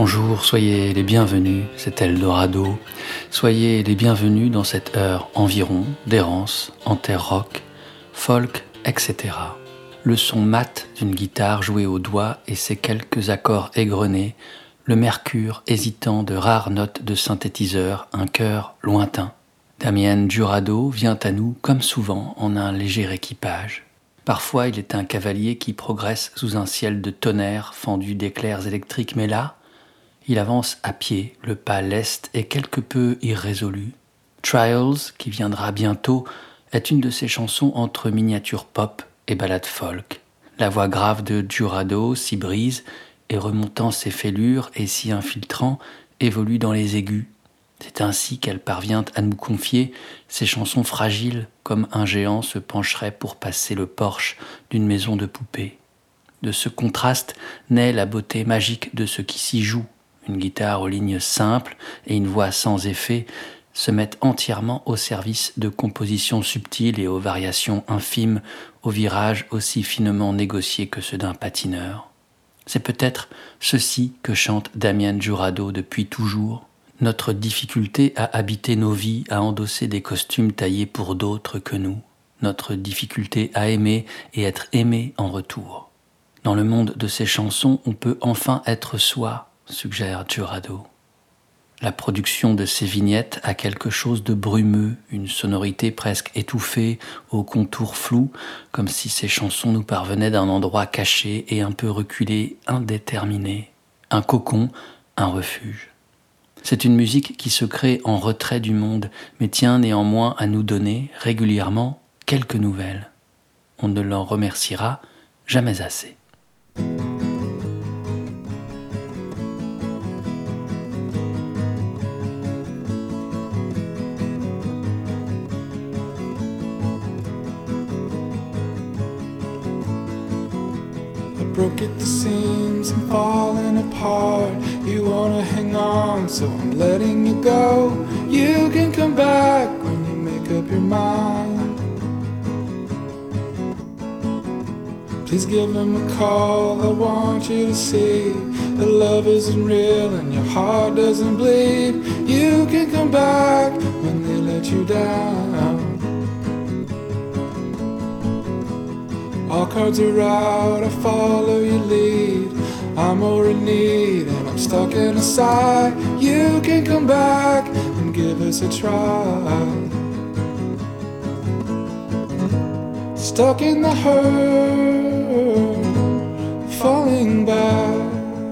Bonjour, soyez les bienvenus, c'est Eldorado. Soyez les bienvenus dans cette heure environ d'errance en terre rock, folk, etc. Le son mat d'une guitare jouée au doigt et ses quelques accords égrenés, le mercure hésitant de rares notes de synthétiseur, un chœur lointain. Damien Jurado vient à nous, comme souvent, en un léger équipage. Parfois, il est un cavalier qui progresse sous un ciel de tonnerre fendu d'éclairs électriques, mais là, il avance à pied, le pas leste et quelque peu irrésolu. Trials, qui viendra bientôt, est une de ses chansons entre miniature pop et ballade folk. La voix grave de Jurado s'y brise et remontant ses fêlures et s'y infiltrant, évolue dans les aigus. C'est ainsi qu'elle parvient à nous confier ces chansons fragiles comme un géant se pencherait pour passer le porche d'une maison de poupées. De ce contraste naît la beauté magique de ce qui s'y joue. Une guitare aux lignes simples et une voix sans effet se mettent entièrement au service de compositions subtiles et aux variations infimes, aux virages aussi finement négociés que ceux d'un patineur. C'est peut-être ceci que chante Damien Jurado depuis toujours. Notre difficulté à habiter nos vies, à endosser des costumes taillés pour d'autres que nous. Notre difficulté à aimer et être aimé en retour. Dans le monde de ces chansons, on peut enfin être soi, suggère Jurado. La production de ces vignettes a quelque chose de brumeux, une sonorité presque étouffée, aux contours flous, comme si ces chansons nous parvenaient d'un endroit caché et un peu reculé, indéterminé. Un cocon, un refuge. C'est une musique qui se crée en retrait du monde, mais tient néanmoins à nous donner, régulièrement, quelques nouvelles. On ne l'en remerciera jamais assez. Broke at the seams and falling apart. You wanna hang on, so I'm letting you go. You can come back when you make up your mind. Please give him a call, I want you to see that love isn't real and your heart doesn't bleed. You can come back when they let you down. All cards are out, I follow your lead. I'm more in need and I'm stuck in a sigh. You can come back and give us a try. Stuck in the hurt, falling back,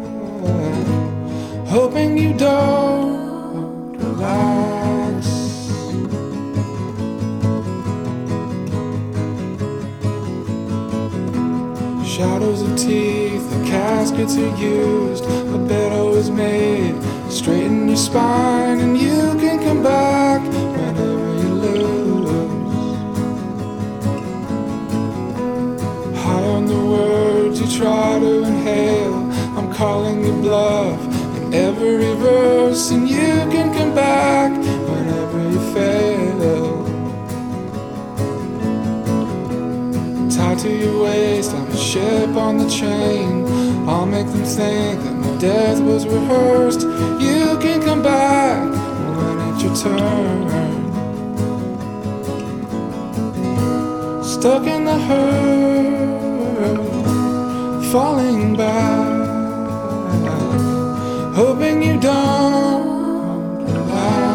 hoping you don't relax. Shadows of teeth, the caskets are used. A bed always made, straighten your spine. And you can come back whenever you lose. High on the words you try to inhale, I'm calling your bluff in every verse. And you can come back whenever you fail. Tied to your waist, I'm a ship on the chain. I'll make them think that my death was rehearsed. You can come back when it's your turn. Stuck in the hurt, falling back, hoping you don't relax.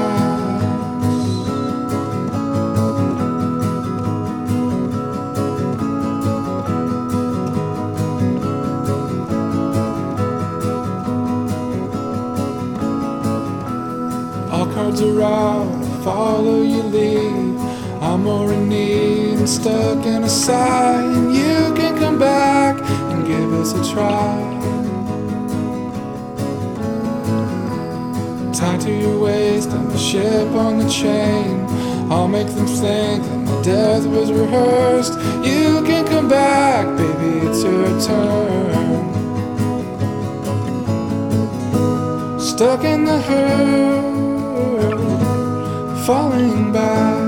Cards are out, I follow your lead. I'm more in need and stuck in a sigh. And you can come back and give us a try. Tied to your waist, I'm a ship on the chain. I'll make them think that my death was rehearsed. You can come back, baby, it's your turn. Stuck in the hurt, falling back,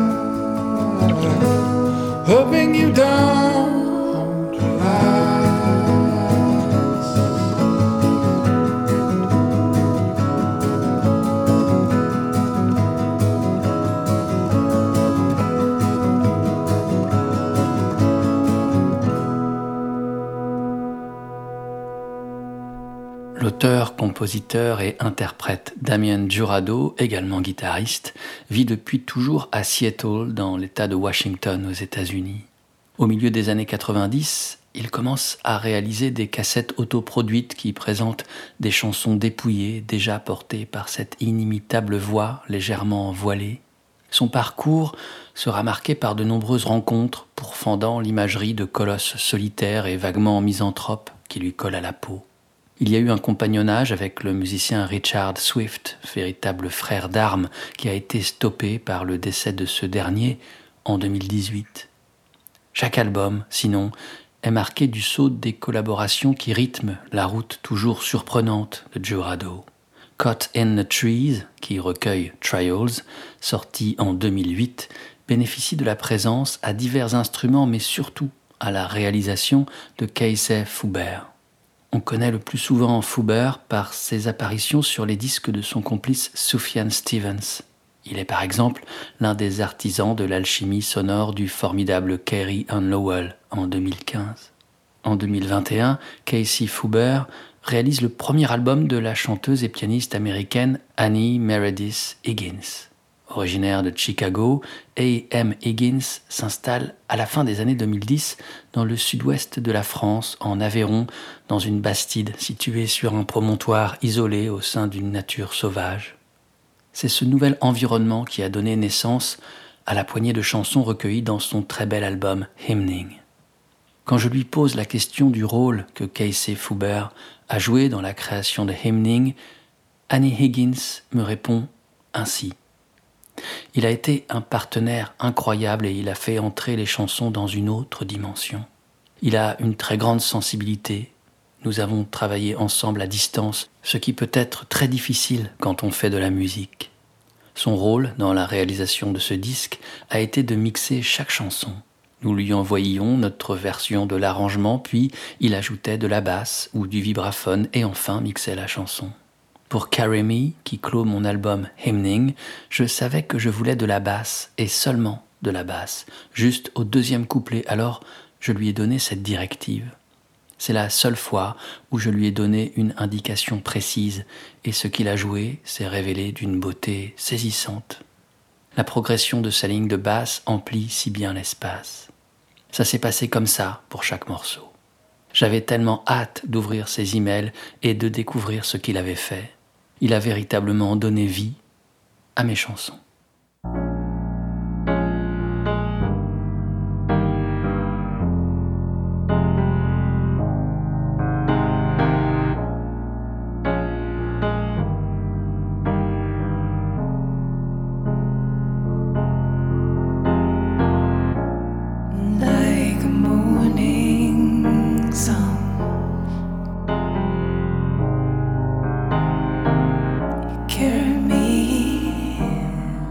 hoping you don't relax. L'auteur, compositeur et interprète Damian Jurado, également guitariste, vit depuis toujours à Seattle, dans l'État de Washington, aux États-Unis. Au milieu des années 90, il commence à réaliser des cassettes autoproduites qui présentent des chansons dépouillées, déjà portées par cette inimitable voix légèrement voilée. Son parcours sera marqué par de nombreuses rencontres pourfendant l'imagerie de colosses solitaires et vaguement misanthropes qui lui collent à la peau. Il y a eu un compagnonnage avec le musicien Richard Swift, véritable frère d'armes, qui a été stoppé par le décès de ce dernier en 2018. Chaque album, sinon, est marqué du sceau des collaborations qui rythment la route toujours surprenante de Jurado. Caught in the Trees, qui recueille Trials, sorti en 2008, bénéficie de la présence à divers instruments, mais surtout à la réalisation de Casey Fouber. On connaît le plus souvent Fouber par ses apparitions sur les disques de son complice Sufjan Stevens. Il est par exemple l'un des artisans de l'alchimie sonore du formidable Carey and Lowell en 2015. En 2021, Casey Fouber réalise le premier album de la chanteuse et pianiste américaine Annie Meredith Higgins. Originaire de Chicago, A.M. Higgins s'installe à la fin des années 2010 dans le sud-ouest de la France, en Aveyron, dans une bastide située sur un promontoire isolé au sein d'une nature sauvage. C'est ce nouvel environnement qui a donné naissance à la poignée de chansons recueillies dans son très bel album Hymning. Quand je lui pose la question du rôle que Casey Fouber a joué dans la création de Hymning, Annie Higgins me répond ainsi. Il a été un partenaire incroyable et il a fait entrer les chansons dans une autre dimension. Il a une très grande sensibilité. Nous avons travaillé ensemble à distance, ce qui peut être très difficile quand on fait de la musique. Son rôle dans la réalisation de ce disque a été de mixer chaque chanson. Nous lui envoyions notre version de l'arrangement, puis il ajoutait de la basse ou du vibraphone et enfin mixait la chanson. Pour Carry Me, qui clôt mon album Hymning, je savais que je voulais de la basse, et seulement de la basse, juste au deuxième couplet, alors je lui ai donné cette directive. C'est la seule fois où je lui ai donné une indication précise, et ce qu'il a joué s'est révélé d'une beauté saisissante. La progression de sa ligne de basse emplit si bien l'espace. Ça s'est passé comme ça pour chaque morceau. J'avais tellement hâte d'ouvrir ses emails et de découvrir ce qu'il avait fait. Il a véritablement donné vie à mes chansons. Carry me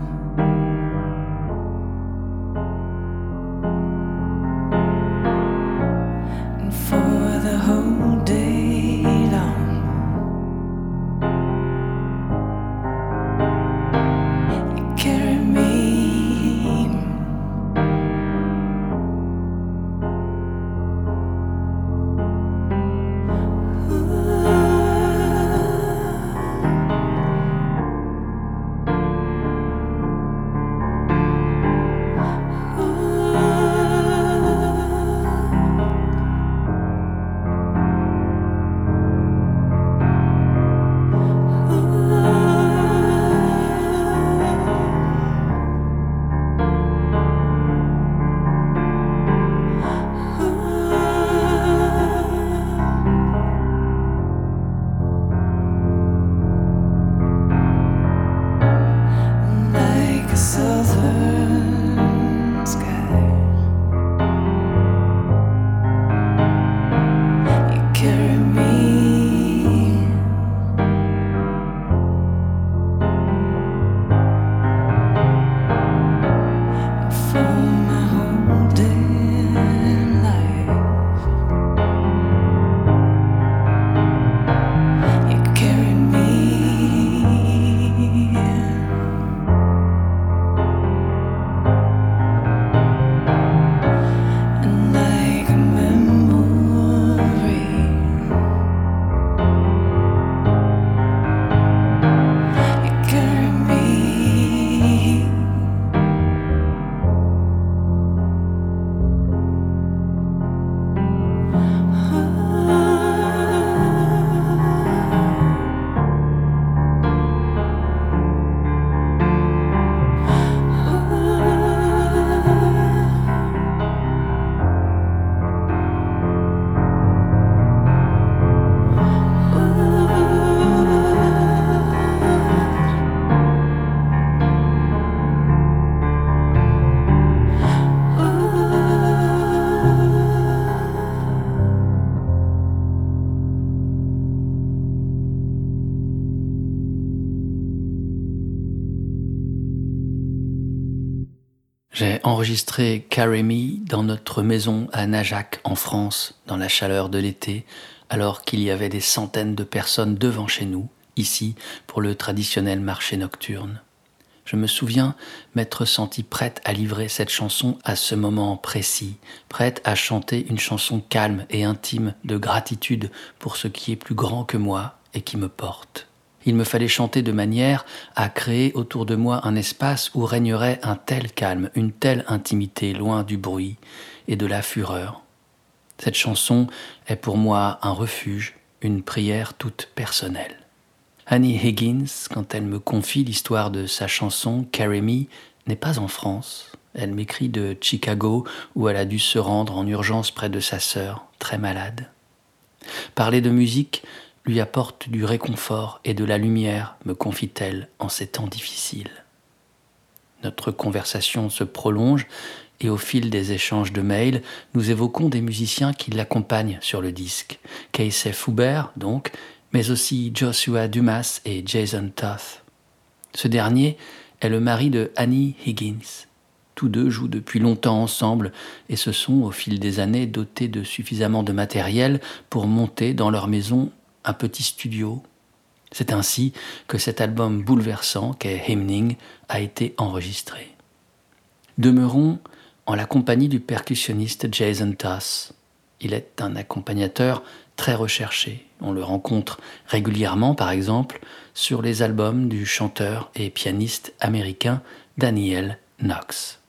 avait enregistré Carry Me dans notre maison à Najac, en France, dans la chaleur de l'été, alors qu'il y avait des centaines de personnes devant chez nous, ici, pour le traditionnel marché nocturne. Je me souviens m'être sentie prête à livrer cette chanson à ce moment précis, prête à chanter une chanson calme et intime de gratitude pour ce qui est plus grand que moi et qui me porte. Il me fallait chanter de manière à créer autour de moi un espace où régnerait un tel calme, une telle intimité, loin du bruit et de la fureur. Cette chanson est pour moi un refuge, une prière toute personnelle. Annie Higgins, quand elle me confie l'histoire de sa chanson « Carry Me », n'est pas en France. Elle m'écrit de Chicago, où elle a dû se rendre en urgence près de sa sœur, très malade. Parler de musique lui apporte du réconfort et de la lumière, me confie-t-elle en ces temps difficiles. Notre conversation se prolonge et au fil des échanges de mails, nous évoquons des musiciens qui l'accompagnent sur le disque. Casey Fouber, donc, mais aussi Joshua Dumas et Jason Toth. Ce dernier est le mari de Annie Higgins. Tous deux jouent depuis longtemps ensemble et se sont, au fil des années, dotés de suffisamment de matériel pour monter dans leur maison un petit studio. C'est ainsi que cet album bouleversant qu'est Hymning a été enregistré. Demeurons en la compagnie du percussionniste Jason Toth. Il est un accompagnateur très recherché. On le rencontre régulièrement, par exemple, sur les albums du chanteur et pianiste américain Daniel Knox.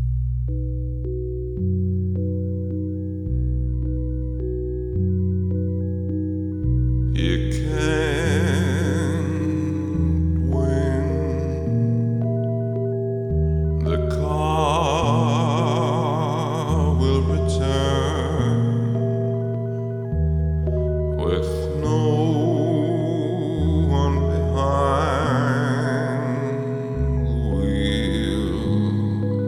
You can't win. The car will return with no one behind the wheel.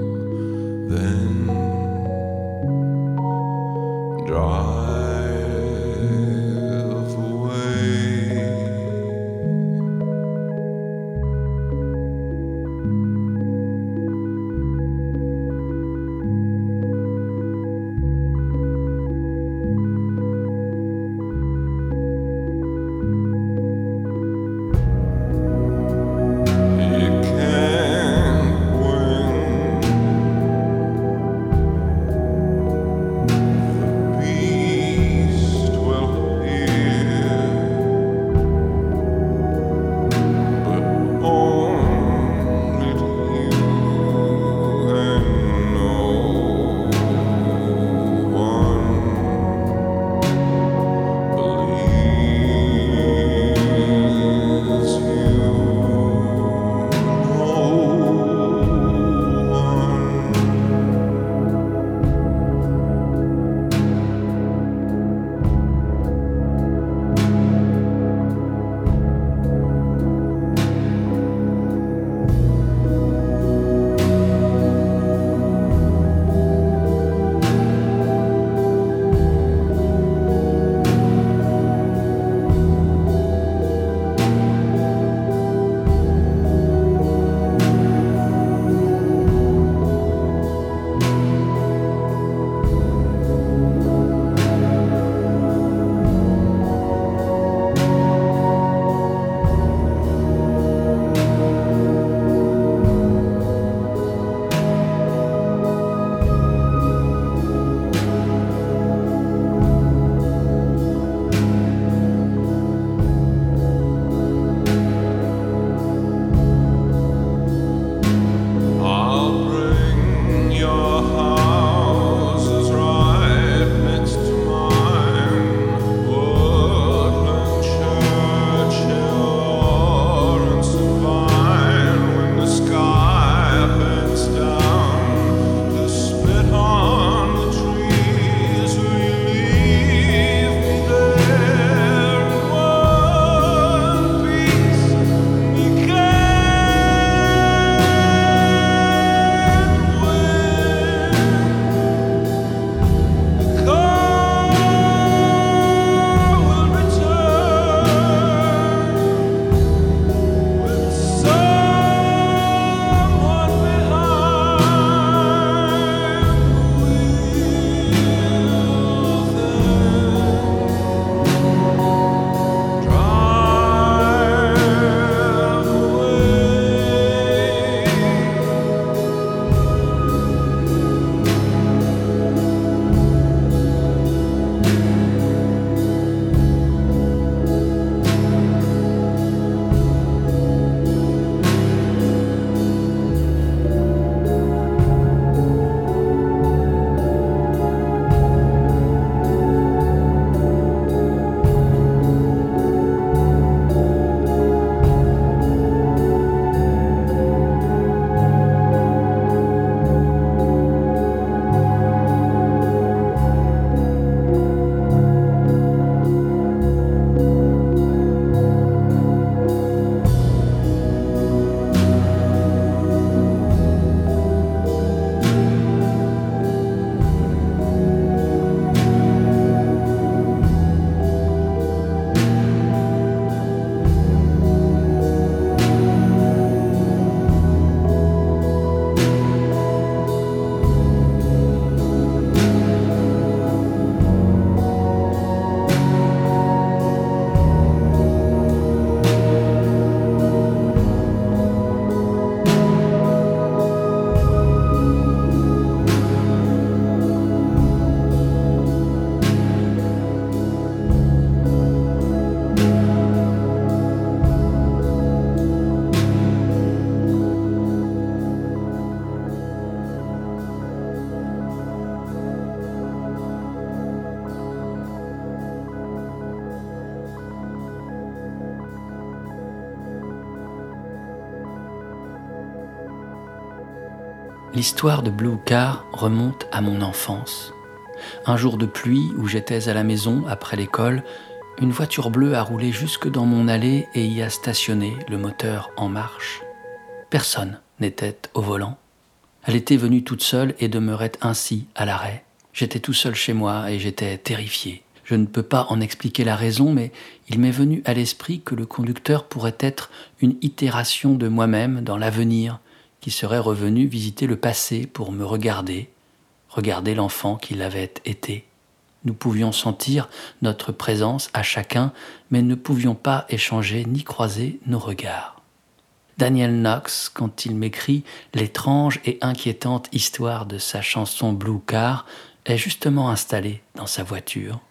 L'histoire de Blue Car remonte à mon enfance. Un jour de pluie où j'étais à la maison après l'école, une voiture bleue a roulé jusque dans mon allée et y a stationné, le moteur en marche. Personne n'était au volant. Elle était venue toute seule et demeurait ainsi à l'arrêt. J'étais tout seul chez moi et j'étais terrifié. Je ne peux pas en expliquer la raison, mais il m'est venu à l'esprit que le conducteur pourrait être une itération de moi-même dans l'avenir, qui serait revenu visiter le passé pour me regarder l'enfant qu'il avait été. Nous pouvions sentir notre présence à chacun, mais ne pouvions pas échanger ni croiser nos regards. Daniel Knox, quand il m'écrit l'étrange et inquiétante histoire de sa chanson Blue Car, est justement installé dans sa voiture.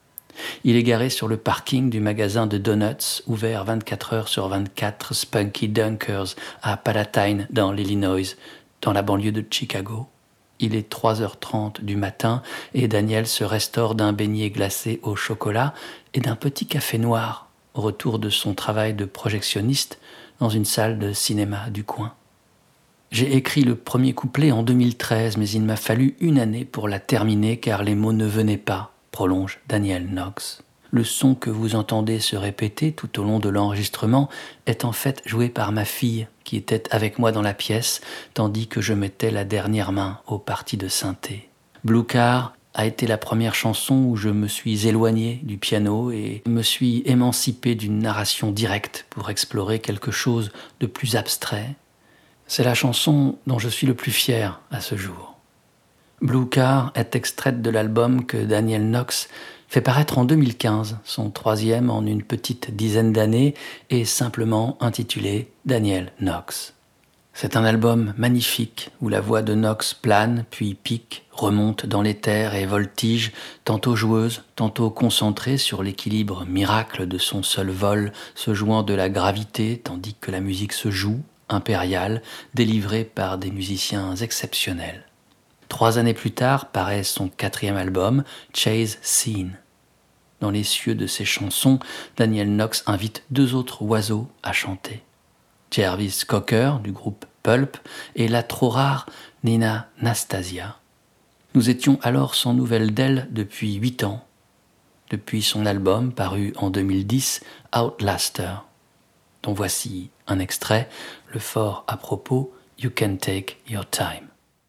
Il est garé sur le parking du magasin de donuts, ouvert 24 heures sur 24, Spunky Dunkers, à Palatine, dans l'Illinois, dans la banlieue de Chicago. Il est 3h30 du matin et Daniel se restaure d'un beignet glacé au chocolat et d'un petit café noir, au retour de son travail de projectionniste dans une salle de cinéma du coin. J'ai écrit le premier couplet en 2013, mais il m'a fallu une année pour la terminer car les mots ne venaient pas, prolonge Daniel Knox. Le son que vous entendez se répéter tout au long de l'enregistrement est en fait joué par ma fille qui était avec moi dans la pièce tandis que je mettais la dernière main aux parties de synthé. Blue Car a été la première chanson où je me suis éloigné du piano et me suis émancipé d'une narration directe pour explorer quelque chose de plus abstrait. C'est la chanson dont je suis le plus fier à ce jour. Blue Car est extraite de l'album que Daniel Knox fait paraître en 2015, son 3e en une petite dizaine d'années et simplement intitulé Daniel Knox. C'est un album magnifique où la voix de Knox plane, puis pique, remonte dans l'éther et voltige, tantôt joueuse, tantôt concentrée sur l'équilibre miracle de son seul vol, se jouant de la gravité tandis que la musique se joue, impériale, délivrée par des musiciens exceptionnels. 3 années plus tard paraît son 4e album, Chase Scene. Dans les cieux de ses chansons, Daniel Knox invite 2 autres oiseaux à chanter. Jarvis Cocker du groupe Pulp et la trop rare Nina Nastasia. Nous étions alors sans nouvelles d'elle depuis 8 ans, depuis son album paru en 2010, Outlaster, dont voici un extrait, le fort à propos You Can Take Your Time.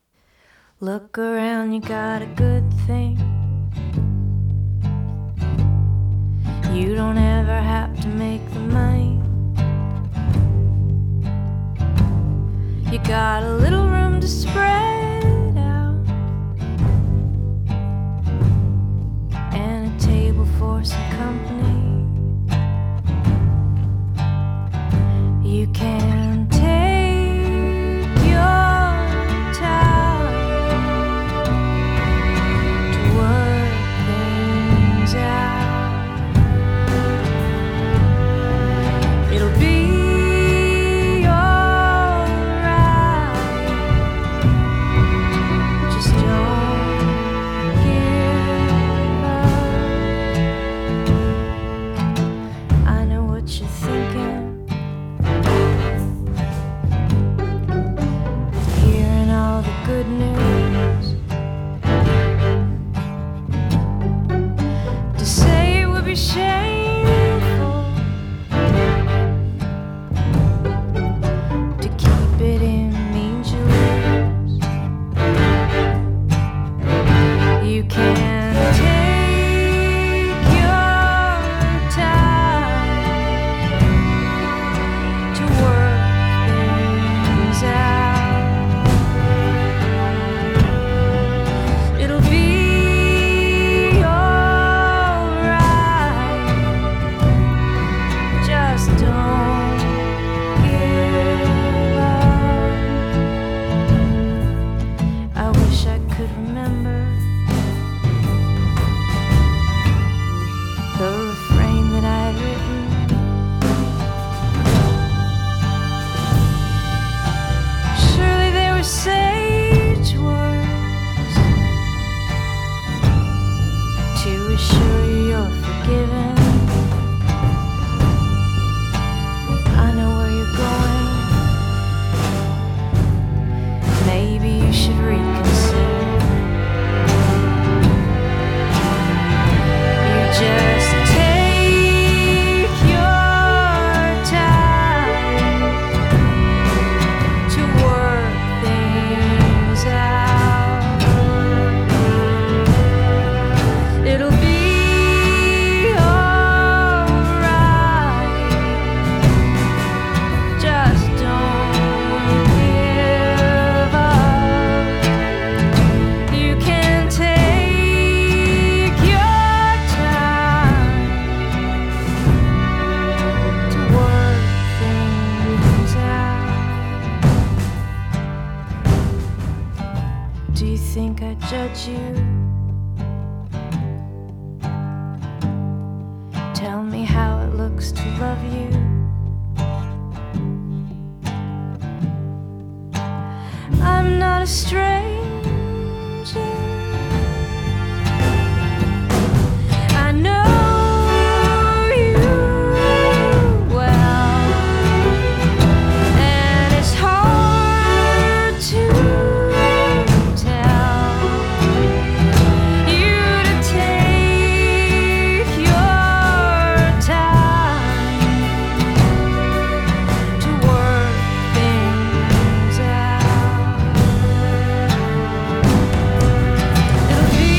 Look around, you got a good thing. You don't ever have to make the money. You got a little room to spread out and a table for some company. You can take your time to work things out. It'll be I judge you. Tell me how it looks to love you. I'm not a stranger. I know you well, and it's hard to tell you to take your time to work things out. It'll be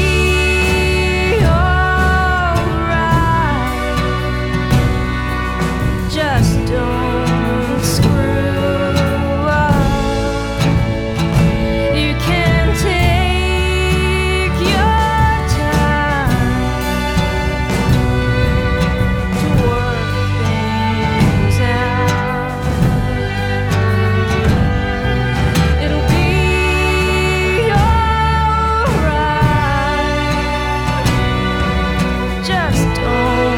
alright. Just don't screw up. You can take your time to work things out. It'll be alright. Just don't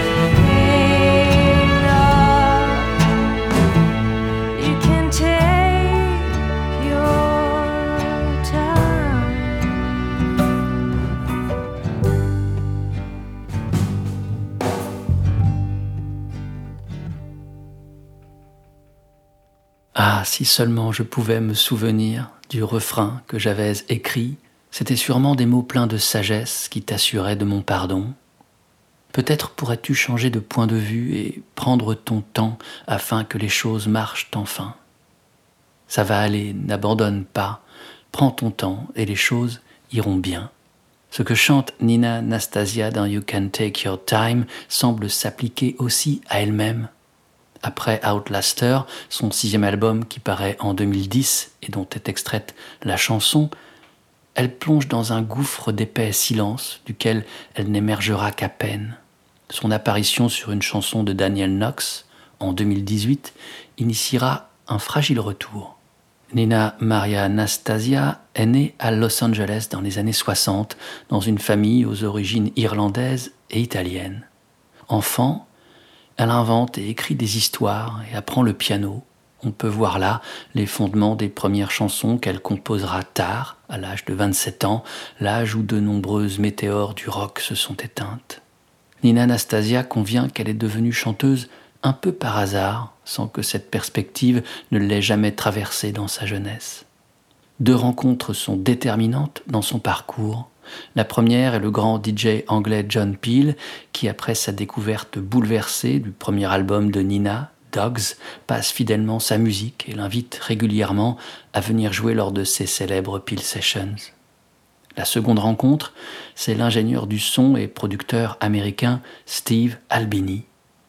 hang up. You can take your time. Ah, si seulement je pouvais me souvenir du refrain que j'avais écrit, c'était sûrement des mots pleins de sagesse qui t'assuraient de mon pardon. Peut-être pourrais-tu changer de point de vue et prendre ton temps afin que les choses marchent enfin. Ça va aller, n'abandonne pas, prends ton temps et les choses iront bien. Ce que chante Nina Nastasia dans You Can Take Your Time semble s'appliquer aussi à elle-même. Après Outlaster, son 6e album qui paraît en 2010 et dont est extraite la chanson, elle plonge dans un gouffre d'épais silence duquel elle n'émergera qu'à peine. Son apparition sur une chanson de Daniel Knox en 2018 initiera un fragile retour. Nina Maria Nastasia est née à Los Angeles dans les années 60 dans une famille aux origines irlandaises et italiennes. Enfant, elle invente et écrit des histoires et apprend le piano. On peut voir là les fondements des premières chansons qu'elle composera tard, à l'âge de 27 ans, l'âge où de nombreuses météores du rock se sont éteintes. Nina Nastasia convient qu'elle est devenue chanteuse un peu par hasard, sans que cette perspective ne l'ait jamais traversée dans sa jeunesse. 2 rencontres sont déterminantes dans son parcours. La première est le grand DJ anglais John Peel, qui après sa découverte bouleversée du premier album de Nina, Dogs, passe fidèlement sa musique et l'invite régulièrement à venir jouer lors de ses célèbres Peel Sessions. La seconde rencontre, c'est l'ingénieur du son et producteur américain Steve Albini.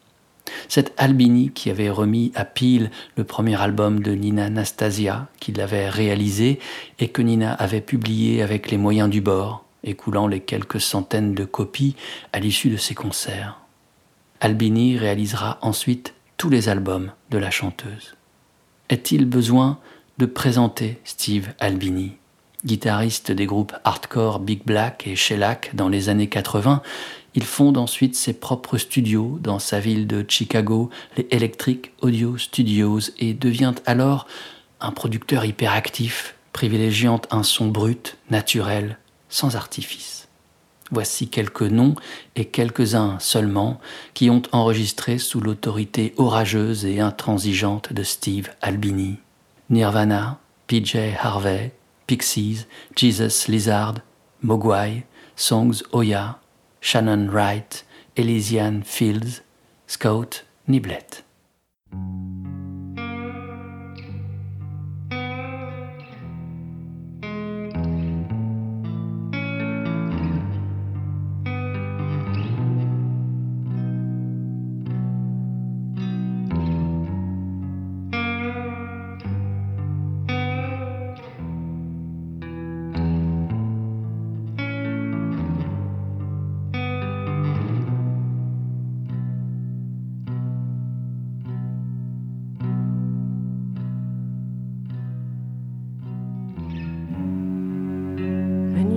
Cet Albini qui avait remis à Peel le premier album de Nina Nastasia qu'il avait réalisé et que Nina avait publié avec les moyens du bord, écoulant les quelques centaines de copies à l'issue de ses concerts. Albini réalisera ensuite tous les albums de la chanteuse. Est-il besoin de présenter Steve Albini ? Guitariste des groupes hardcore Big Black et Shellac dans les années 80, il fonde ensuite ses propres studios dans sa ville de Chicago, les Electric Audio Studios, et devient alors un producteur hyperactif, privilégiant un son brut, naturel, sans artifice. Voici quelques noms et quelques-uns seulement qui ont enregistré sous l'autorité orageuse et intransigeante de Steve Albini. Nirvana, PJ Harvey, Pixies, Jesus Lizard, Mogwai, Songs Oya, Shannon Wright, Elysian Fields, Scout Niblett.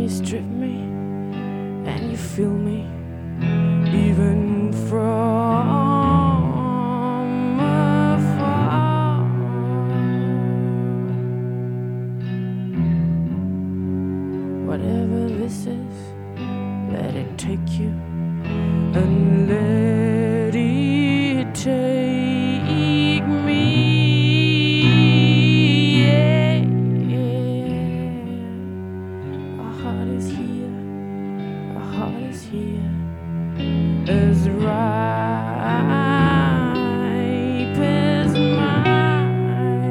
you strip me and you feel me, even from afar. Whatever this is, let it take you and let it take me. Yeah, yeah. Our heart is here, our heart is here, as ripe as mine.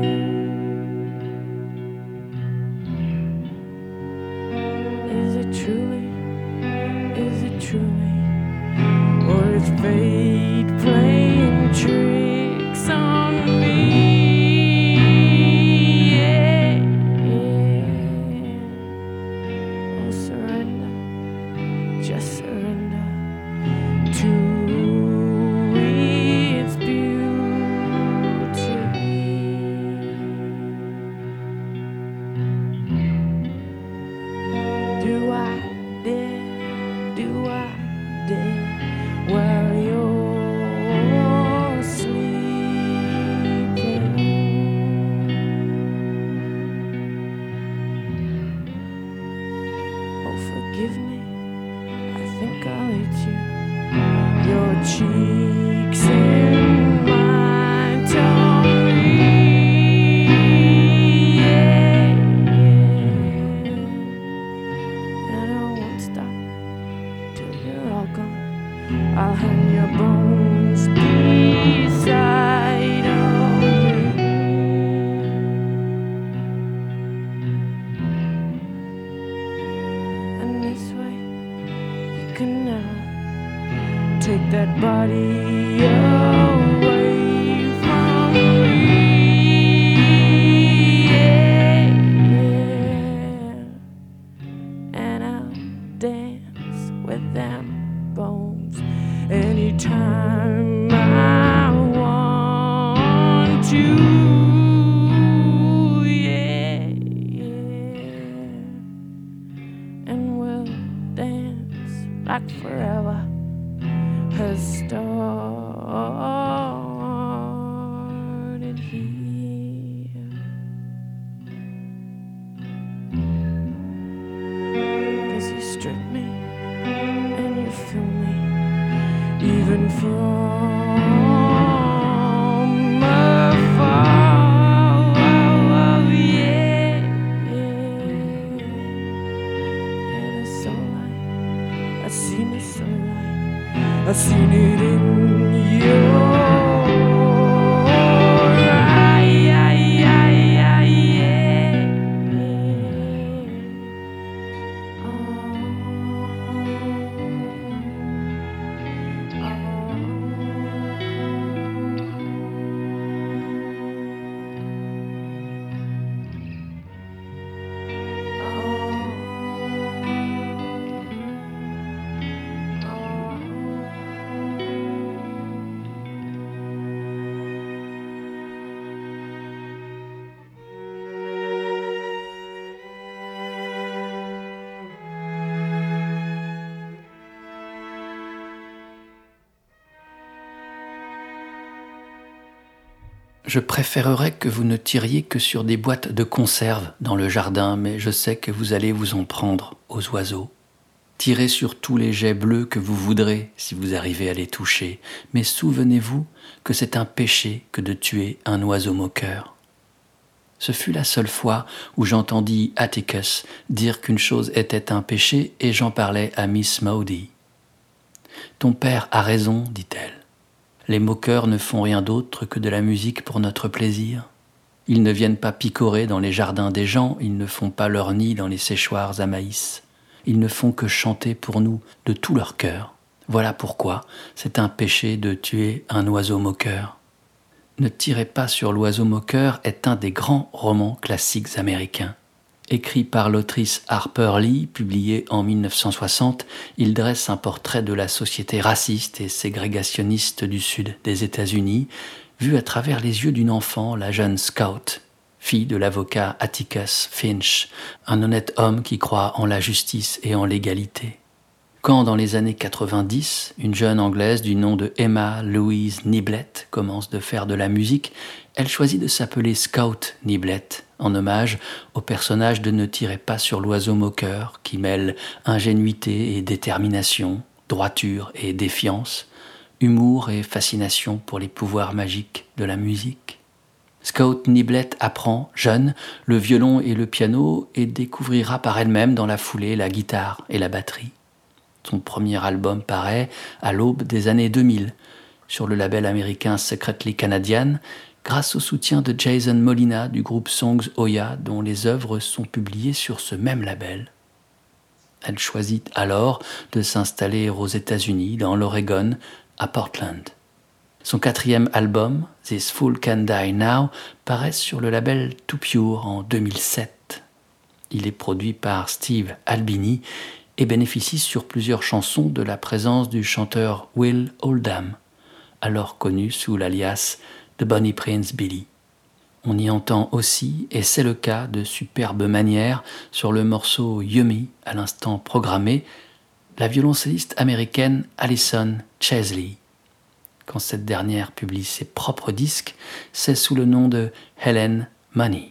Is it truly? Is it truly? Or is fate playing tricks on me? Yeah, yeah. Oh, surrender, just surrender to its beauty. Do I dare? Do I dare? While you're sleeping, oh forgive me, I think I'll eat you, your cheeks in my tummy. Yeah, yeah. And I won't stop till you're all gone. I'll hang your bones beside of me. And this way you can never take that body away from me. Yeah, yeah. And I'll dance with them bones anytime I want to. Yeah, yeah. And we'll dance like forever has started here. 'Cause you strip me and you feel me, even from afar. Yeah, yeah. Yeah, the sunlight, I seen the sunlight, I seen it in your eye. Yeah, yeah, yeah, yeah. Je préférerais que vous ne tiriez que sur des boîtes de conserve dans le jardin, mais je sais que vous allez vous en prendre aux oiseaux. Tirez sur tous les jets bleus que vous voudrez si vous arrivez à les toucher, mais souvenez-vous que c'est un péché que de tuer un oiseau moqueur. Ce fut la seule fois où j'entendis Atticus dire qu'une chose était un péché et j'en parlais à Miss Maudie. « Ton père a raison, dit-elle. Les moqueurs ne font rien d'autre que de la musique pour notre plaisir. Ils ne viennent pas picorer dans les jardins des gens, ils ne font pas leur nid dans les séchoirs à maïs. Ils ne font que chanter pour nous de tout leur cœur. Voilà pourquoi c'est un péché de tuer un oiseau moqueur. Ne tirez pas sur l'oiseau moqueur est un des grands romans classiques américains. Écrit par l'autrice Harper Lee, publié en 1960, il dresse un portrait de la société raciste et ségrégationniste du sud des États-Unis, vu à travers les yeux d'une enfant, la jeune Scout, fille de l'avocat Atticus Finch, un honnête homme qui croit en la justice et en l'égalité. Quand, dans les années 90, une jeune Anglaise du nom de Emma Louise Niblett commence de faire de la musique, elle choisit de s'appeler Scout Niblett, en hommage au personnage de Ne tirez pas sur l'oiseau moqueur qui mêle ingénuité et détermination, droiture et défiance, humour et fascination pour les pouvoirs magiques de la musique. Scout Niblett apprend, jeune, le violon et le piano et découvrira par elle-même dans la foulée la guitare et la batterie. Son premier album paraît à l'aube des années 2000 sur le label américain Secretly Canadian grâce au soutien de Jason Molina du groupe Songs Oya dont les œuvres sont publiées sur ce même label. Elle choisit alors de s'installer aux États-Unis, dans l'Oregon, à Portland. Son 4e album, This Fool Can Die Now, paraît sur le label Too Pure en 2007. Il est produit par Steve Albini et bénéficie sur plusieurs chansons de la présence du chanteur Will Oldham, alors connu sous l'alias de Bonnie Prince Billy. On y entend aussi, et c'est le cas de superbes manières, sur le morceau Yummy, à l'instant programmé, la violoncelliste américaine Alison Chesley. Quand cette dernière publie ses propres disques, c'est sous le nom de Helen Money.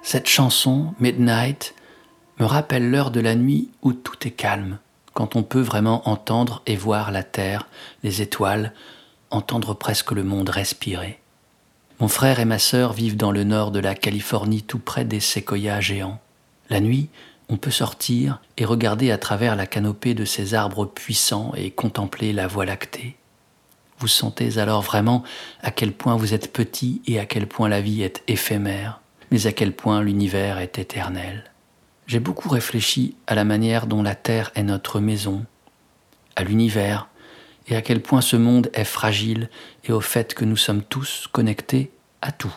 Cette chanson, Midnight, me rappelle l'heure de la nuit où tout est calme, quand on peut vraiment entendre et voir la terre, les étoiles, entendre presque le monde respirer. Mon frère et ma sœur vivent dans le nord de la Californie, tout près des séquoias géants. La nuit, on peut sortir et regarder à travers la canopée de ces arbres puissants et contempler la Voie lactée. Vous sentez alors vraiment à quel point vous êtes petit et à quel point la vie est éphémère, mais à quel point l'univers est éternel. J'ai beaucoup réfléchi à la manière dont la Terre est notre maison, à l'univers, et à quel point ce monde est fragile et au fait que nous sommes tous connectés à tout.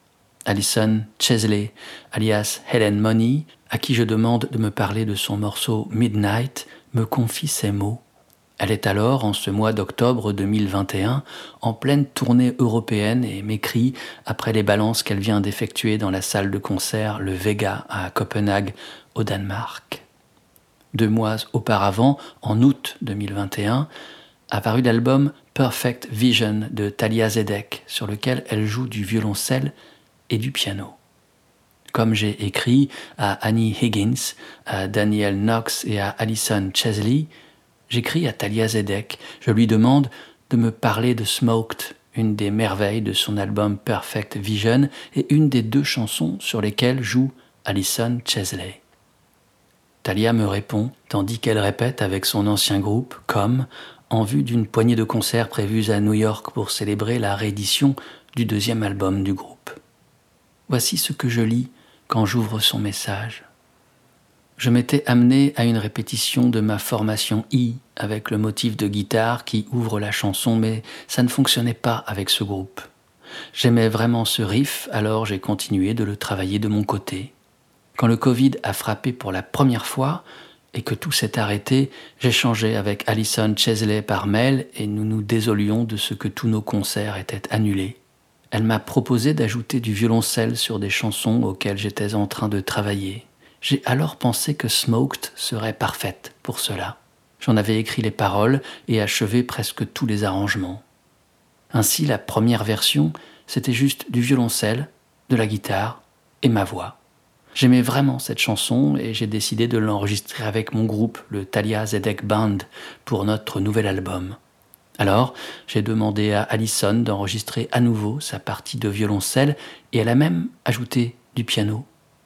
Alison Chesley, alias Helen Money, à qui je demande de me parler de son morceau Midnight, me confie ces mots. Elle est alors, en ce mois d'octobre 2021, en pleine tournée européenne et m'écrit, après les balances qu'elle vient d'effectuer dans la salle de concert Le Vega à Copenhague, au Danemark. 2 mois auparavant, en août 2021, a paru l'album Perfect Vision de Thalia Zedek, sur lequel elle joue du violoncelle et du piano. Comme j'ai écrit à Annie Higgins, à Daniel Knox et à Alison Chesley, j'écris à Thalia Zedek, je lui demande de me parler de Smoked, une des merveilles de son album Perfect Vision et une des 2 chansons sur lesquelles joue Alison Chesley. Thalia me répond, tandis qu'elle répète avec son ancien groupe, comme, en vue d'une poignée de concerts prévus à New York pour célébrer la réédition du 2e album du groupe. Voici ce que je lis quand j'ouvre son message. Je m'étais amené à une répétition de ma formation I avec le motif de guitare qui ouvre la chanson, mais ça ne fonctionnait pas avec ce groupe. J'aimais vraiment ce riff, alors j'ai continué de le travailler de mon côté. Quand le Covid a frappé pour la première fois et que tout s'est arrêté, j'ai changé avec Alison Chesley par mail et nous nous désolions de ce que tous nos concerts étaient annulés. Elle m'a proposé d'ajouter du violoncelle sur des chansons auxquelles j'étais en train de travailler. J'ai alors pensé que Smoked serait parfaite pour cela. J'en avais écrit les paroles et achevé presque tous les arrangements. Ainsi, la première version, c'était juste du violoncelle, de la guitare et ma voix. J'aimais vraiment cette chanson et j'ai décidé de l'enregistrer avec mon groupe, le Thalia Zedek Band, pour notre nouvel album. Alors, j'ai demandé à Alison d'enregistrer à nouveau sa partie de violoncelle et elle a même ajouté du piano.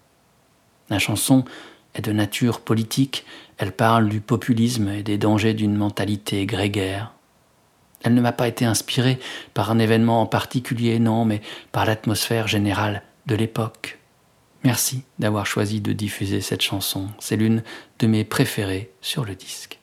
La chanson est de nature politique, elle parle du populisme et des dangers d'une mentalité grégaire. Elle ne m'a pas été inspirée par un événement en particulier, non, mais par l'atmosphère générale de l'époque. Merci d'avoir choisi de diffuser cette chanson, c'est l'une de mes préférées sur le disque.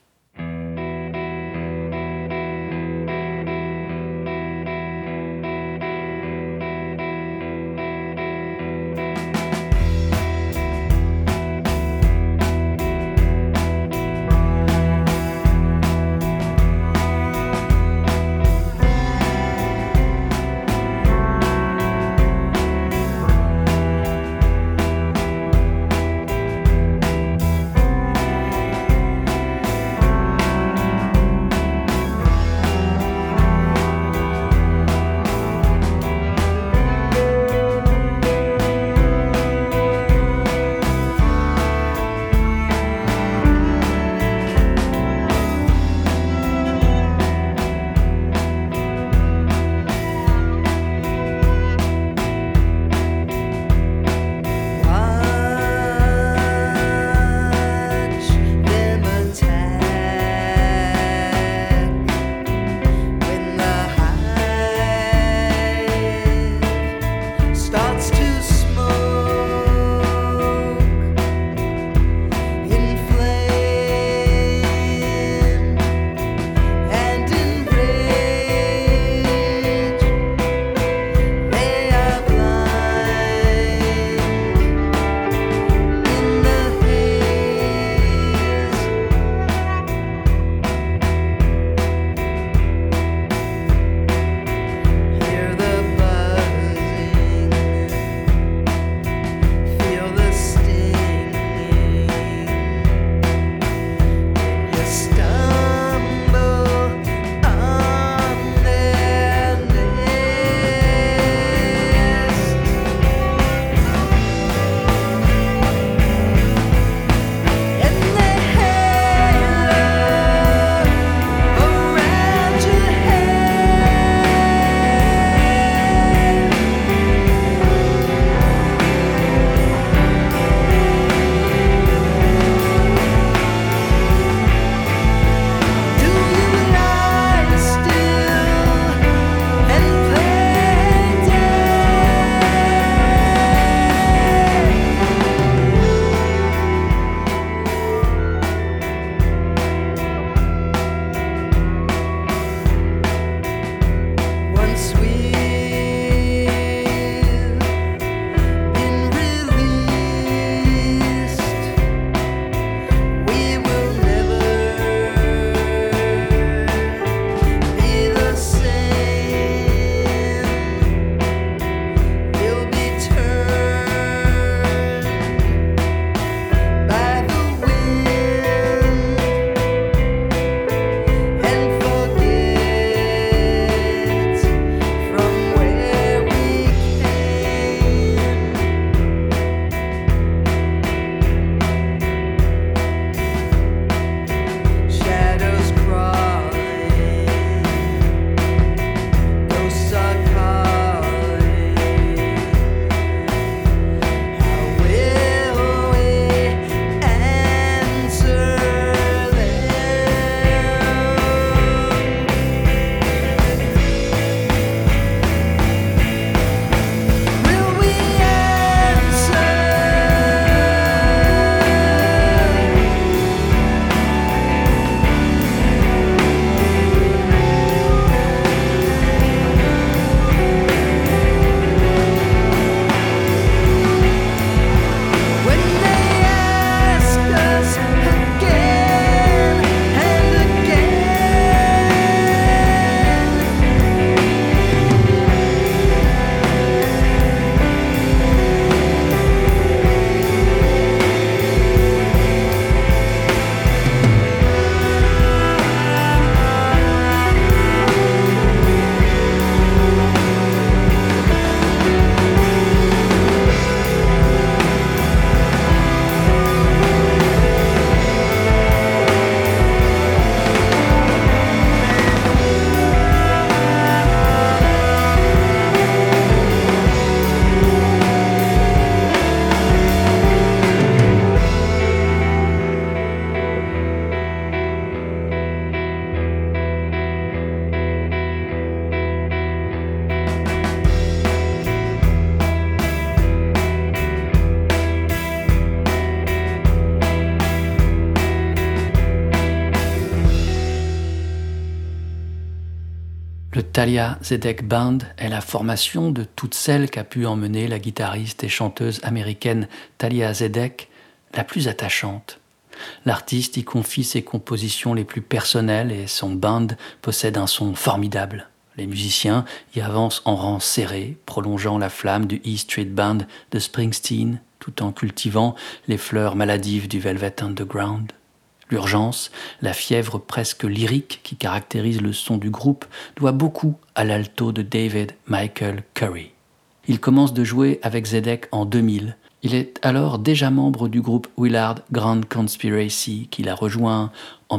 Talia Zedek Band est la formation de toutes celles qu'a pu emmener la guitariste et chanteuse américaine Talia Zedek, la plus attachante. L'artiste y confie ses compositions les plus personnelles et son band possède un son formidable. Les musiciens y avancent en rang serré, prolongeant la flamme du E Street Band de Springsteen, tout en cultivant les fleurs maladives du Velvet Underground. L'urgence, la fièvre presque lyrique qui caractérise le son du groupe doit beaucoup à l'alto de David Michael Curry. Il commence de jouer avec Zedek en 2000. Il est alors déjà membre du groupe Willard Grand Conspiracy qu'il a rejoint en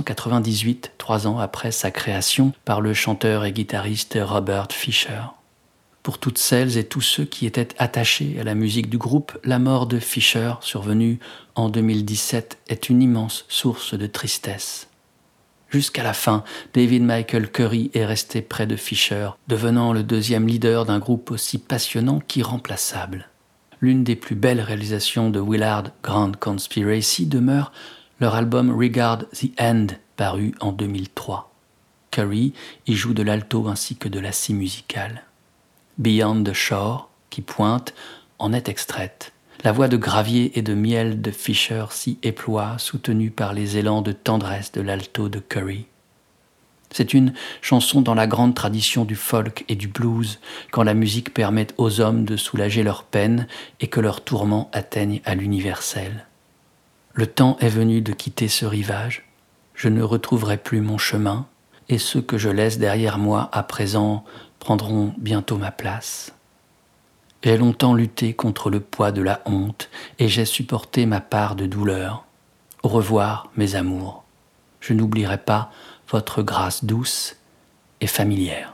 1998, 3 ans après sa création par le chanteur et guitariste Robert Fisher. Pour toutes celles et tous ceux qui étaient attachés à la musique du groupe, la mort de Fisher, survenue en 2017, est une immense source de tristesse. Jusqu'à la fin, David Michael Curry est resté près de Fisher, devenant le deuxième leader d'un groupe aussi passionnant qu'irremplaçable. L'une des plus belles réalisations de Willard Grand Conspiracy demeure leur album Regard the End, paru en 2003. Curry y joue de l'alto ainsi que de la scie musicale. Beyond the Shore, qui pointe, en est extraite. La voix de gravier et de miel de Fisher s'y éploie, soutenue par les élans de tendresse de l'alto de Curry. C'est une chanson dans la grande tradition du folk et du blues, quand la musique permet aux hommes de soulager leurs peines et que leurs tourments atteignent à l'universel. Le temps est venu de quitter ce rivage. Je ne retrouverai plus mon chemin, et ceux que je laisse derrière moi à présent prendront bientôt ma place. J'ai longtemps lutté contre le poids de la honte, et j'ai supporté ma part de douleur. Au revoir, mes amours. Je n'oublierai pas votre grâce douce et familière.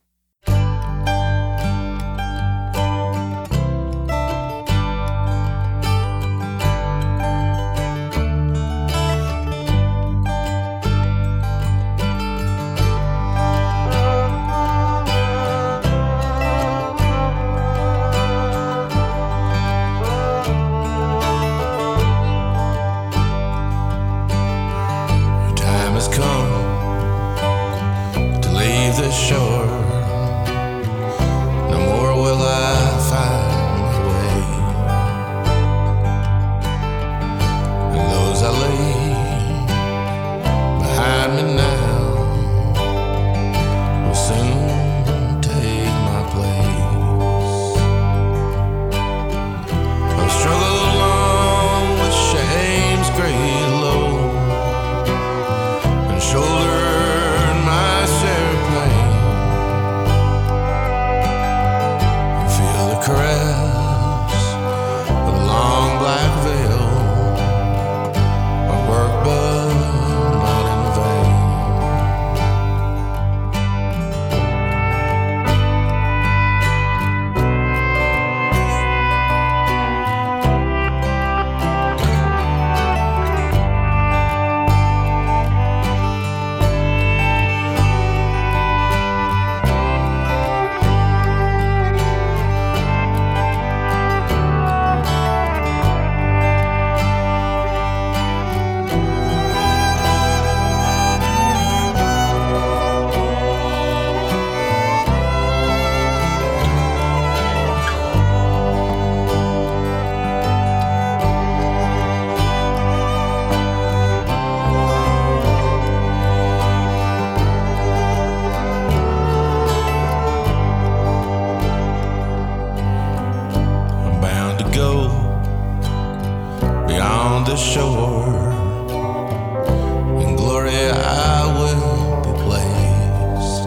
Shore. No more will I find my way, and those I leave behind me now will soon take my place. I've struggled along with shame's great load and shouldered my share of pain. Caress with a long black veil, my work but not in vain. The shore in glory I will be placed.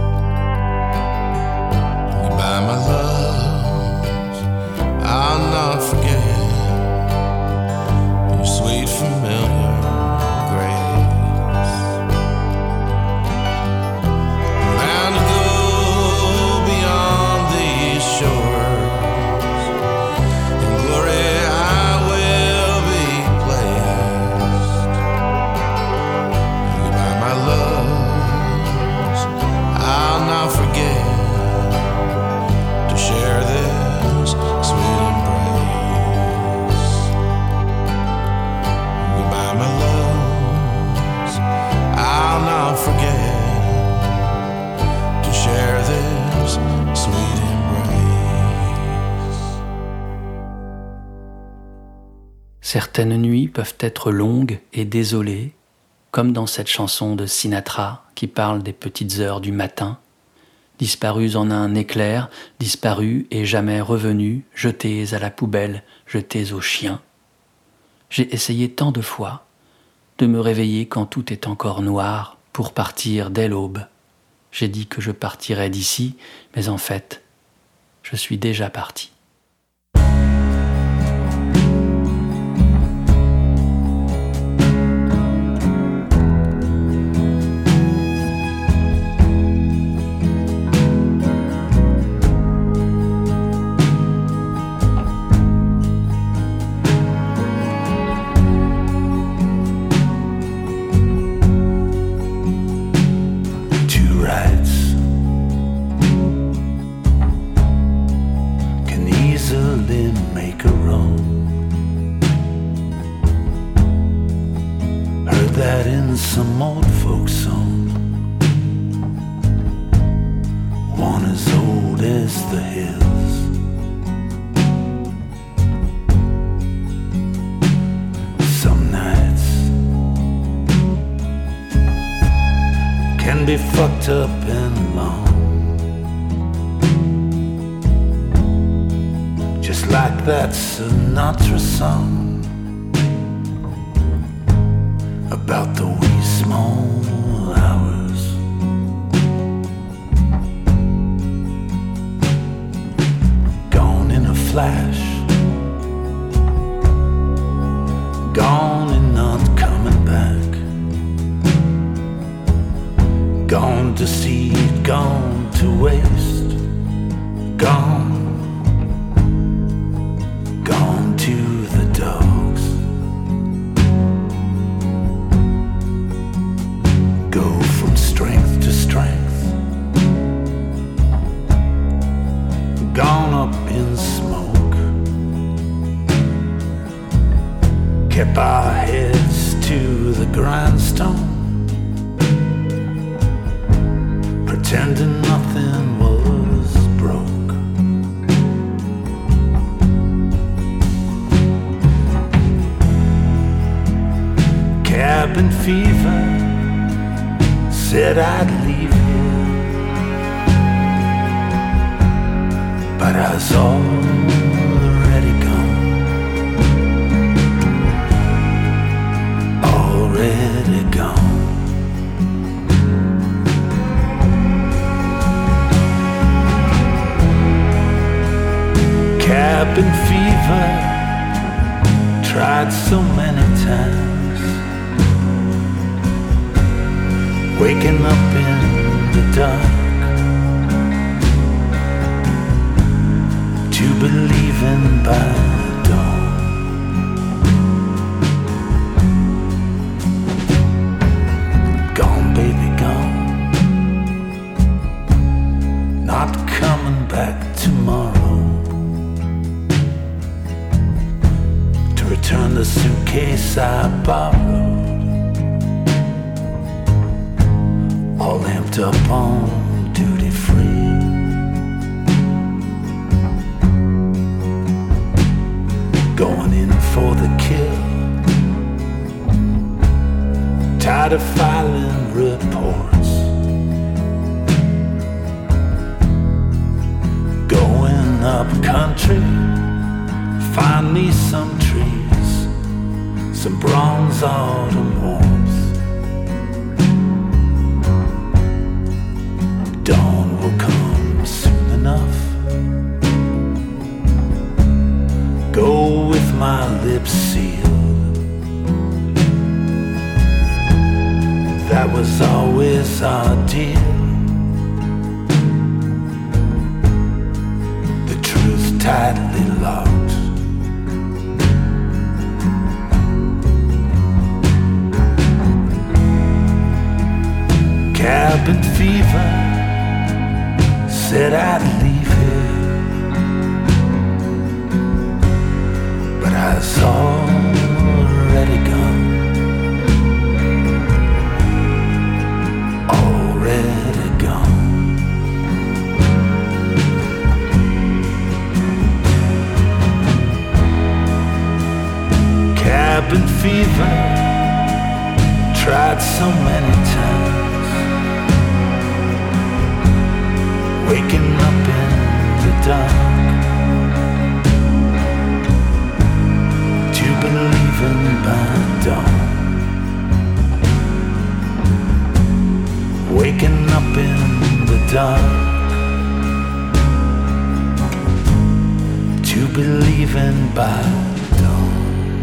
By my love I'll not forget your sweet familiar grace. I'm bound to go beyond these shores in glory I will be placed. Certaines nuits peuvent être longues et désolées, comme dans cette chanson de Sinatra qui parle des petites heures du matin, disparues en un éclair, disparues et jamais revenues, jetées à la poubelle, jetées aux chiens. J'ai essayé tant de fois de me réveiller quand tout est encore noir pour partir dès l'aube. J'ai dit que je partirais d'ici, mais en fait, je suis déjà parti. Some old folk song, one as old as the hills. Some nights can be fucked up and long, just like that Sinatra song about the wee small hours. Gone in a flash, gone and not coming back, gone to seed, gone to waste, gone to the dogs. Go from strength to strength, gone up in smoke, kept our heads to the grindstone, pretending nothing was broke. Cabin fever said I'd leave here, but I was already gone, already gone. Cabin fever, tried so many times, waking up in the dark, to believing by dawn. Gone, baby, gone, not coming back tomorrow, to return the suitcase I borrowed, all amped up on duty free. Going in for the kill, tired of filing reports, going up country, find me some trees, some bronze autumn warmth. Dawn will come soon enough. Go with my lips sealed. That was always our deal. The truth tightly locked. Cabin fever said I'd leave here, but I was already gone, already gone. fever, tried so many times, waking up in the dark, to believing by dawn, waking up in the dark, to believing by dawn.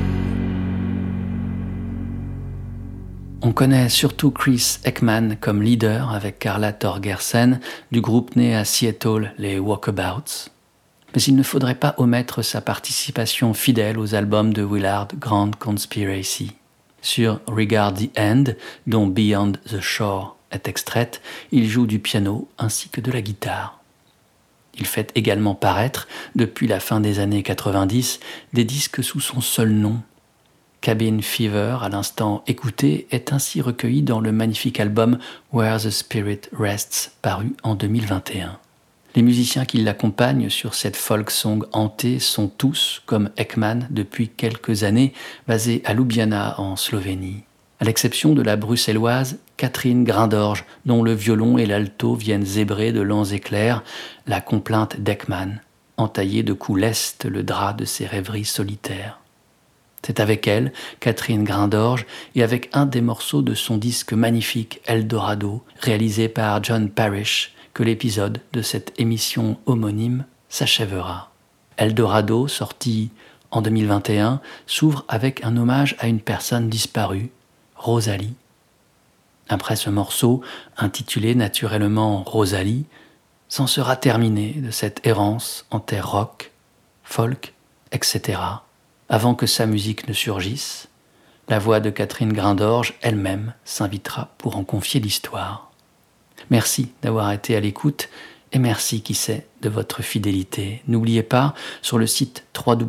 On connaît surtout Chris Ekman comme leader avec Carla Torgersen du groupe né à Seattle, les Walkabouts. Mais il ne faudrait pas omettre sa participation fidèle aux albums de Willard Grand Conspiracy. Sur Regard the End, dont Beyond the Shore est extraite, il joue du piano ainsi que de la guitare. Il fait également paraître, depuis la fin des années 90, des disques sous son seul nom. Cabin Fever, à l'instant écouté, est ainsi recueilli dans le magnifique album Where the Spirit Rests, paru en 2021. Les musiciens qui l'accompagnent sur cette folk song hantée sont tous, comme Ekman depuis quelques années, basés à Ljubljana en Slovénie. À l'exception de la bruxelloise Catherine Grindorge, dont le violon et l'alto viennent zébrer de lents éclairs la complainte d'Ekman, entailler de coups lestes le drap de ses rêveries solitaires. C'est avec elle, Catherine Grindorge, et avec un des morceaux de son disque magnifique Eldorado, réalisé par John Parrish, que l'épisode de cette émission homonyme s'achèvera. Eldorado, sorti en 2021, s'ouvre avec un hommage à une personne disparue, Rosalie. Après ce morceau, intitulé naturellement Rosalie, s'en sera terminé de cette errance en terre rock, folk, etc., avant que sa musique ne surgisse. La voix de Catherine Grindorge elle-même s'invitera pour en confier l'histoire. Merci d'avoir été à l'écoute et merci, qui sait, de votre fidélité. N'oubliez pas, sur le site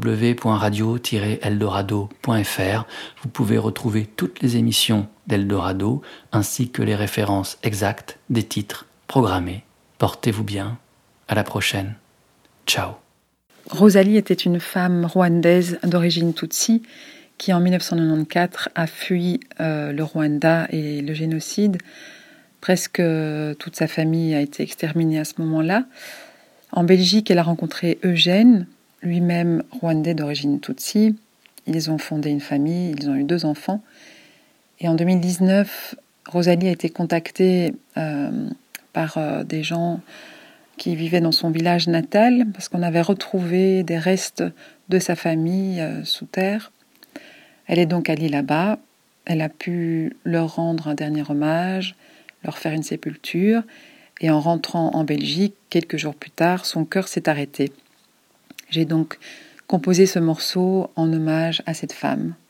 www.radio-eldorado.fr, vous pouvez retrouver toutes les émissions d'Eldorado ainsi que les références exactes des titres programmés. Portez-vous bien. À la prochaine. Ciao. Rosalie était une femme rwandaise d'origine Tutsi qui, en 1994, a fui le Rwanda et le génocide. Presque toute sa famille a été exterminée à ce moment-là. En Belgique, elle a rencontré Eugène, lui-même rwandais d'origine Tutsi. Ils ont fondé une famille, ils ont eu 2 enfants. Et en 2019, Rosalie a été contactée par des gens qui vivait dans son village natal, parce qu'on avait retrouvé des restes de sa famille sous terre. Elle est donc allée là-bas, elle a pu leur rendre un dernier hommage, leur faire une sépulture, et en rentrant en Belgique, quelques jours plus tard, son cœur s'est arrêté. J'ai donc composé ce morceau en hommage à cette femme.